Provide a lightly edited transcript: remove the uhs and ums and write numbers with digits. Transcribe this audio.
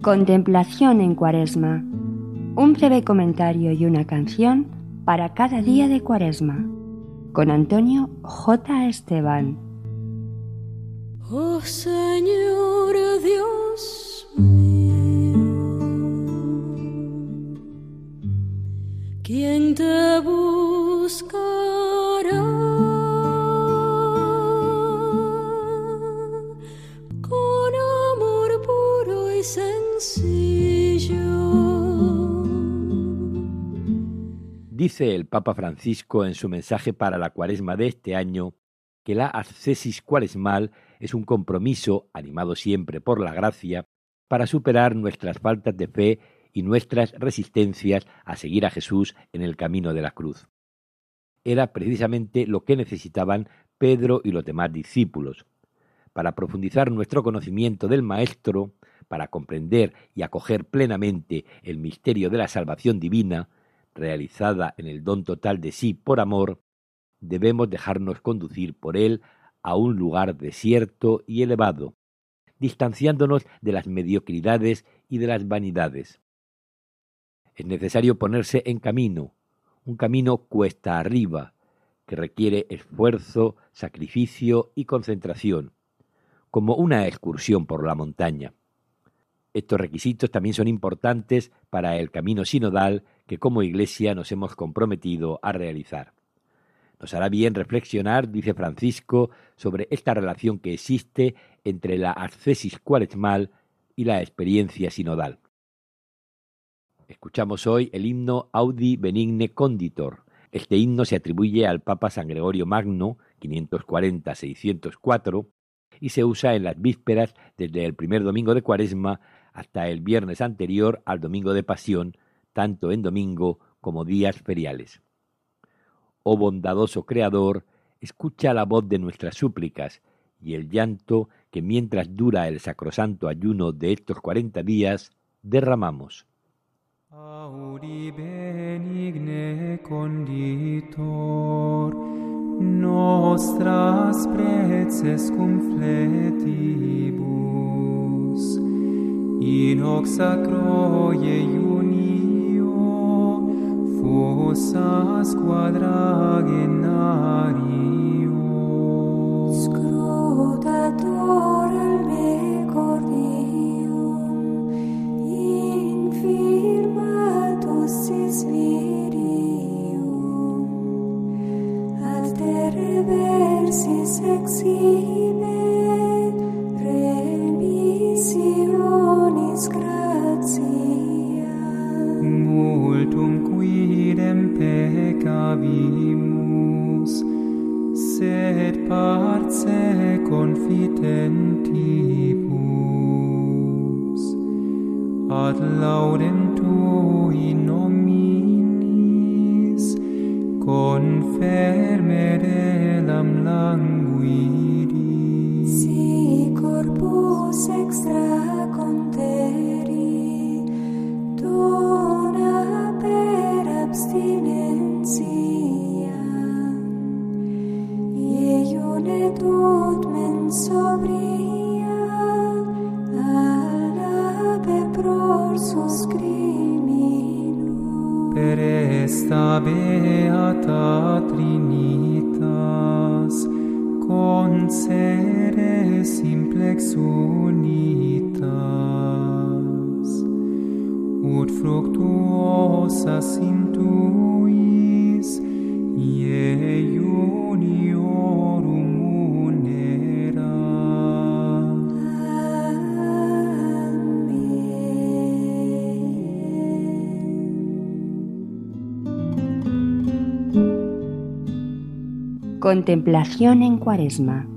Contemplación en Cuaresma. Un breve comentario y una canción para cada día de Cuaresma. Con Antonio J. Esteban. Oh Señor Dios mío, ¿quién te buscará? Con amor puro y sencillo. Dice el Papa Francisco en su mensaje para la Cuaresma de este año que la ascesis cuaresmal es un compromiso, animado siempre por la gracia, para superar nuestras faltas de fe y nuestras resistencias a seguir a Jesús en el camino de la cruz. Era precisamente lo que necesitaban Pedro y los demás discípulos. Para profundizar nuestro conocimiento del Maestro, para comprender y acoger plenamente el misterio de la salvación divina, realizada en el don total de sí por amor, debemos dejarnos conducir por él a un lugar desierto y elevado, distanciándonos de las mediocridades y de las vanidades. Es necesario ponerse en camino, un camino cuesta arriba, que requiere esfuerzo, sacrificio y concentración, como una excursión por la montaña. Estos requisitos también son importantes para el camino sinodal que como Iglesia nos hemos comprometido a realizar. Nos hará bien reflexionar, dice Francisco, sobre esta relación que existe entre la ascesis cuaresmal y la experiencia sinodal. Escuchamos hoy el himno Audi Benigne Conditor. Este himno se atribuye al Papa San Gregorio Magno, 540-604, y se usa en las vísperas desde el primer domingo de Cuaresma hasta el viernes anterior al domingo de Pasión, tanto en domingo como días feriales. Oh bondadoso Creador, escucha la voz de nuestras súplicas y el llanto que mientras dura el sacrosanto ayuno de estos 40 días, derramamos. Audi benigne conditor, nostras preces confletibus, in hoc sacro iunio fossas quadragenario. Scrutator al me cordium, infirmatus sis virium, alter reversis exhibet remissionis gratia. Multum quidem peccavimus, sed parce confitentibus, ad laudem tui nominis, confirmere lam languidi. Si corpus extra conteri, dona per abstinentia, iunet ut mens sobria, alla pepror suscriminum. Per esta beata Trinitas, concede simplex unitas, ut fructuosas intuis, ie uniorum munera. Contemplación en Cuaresma.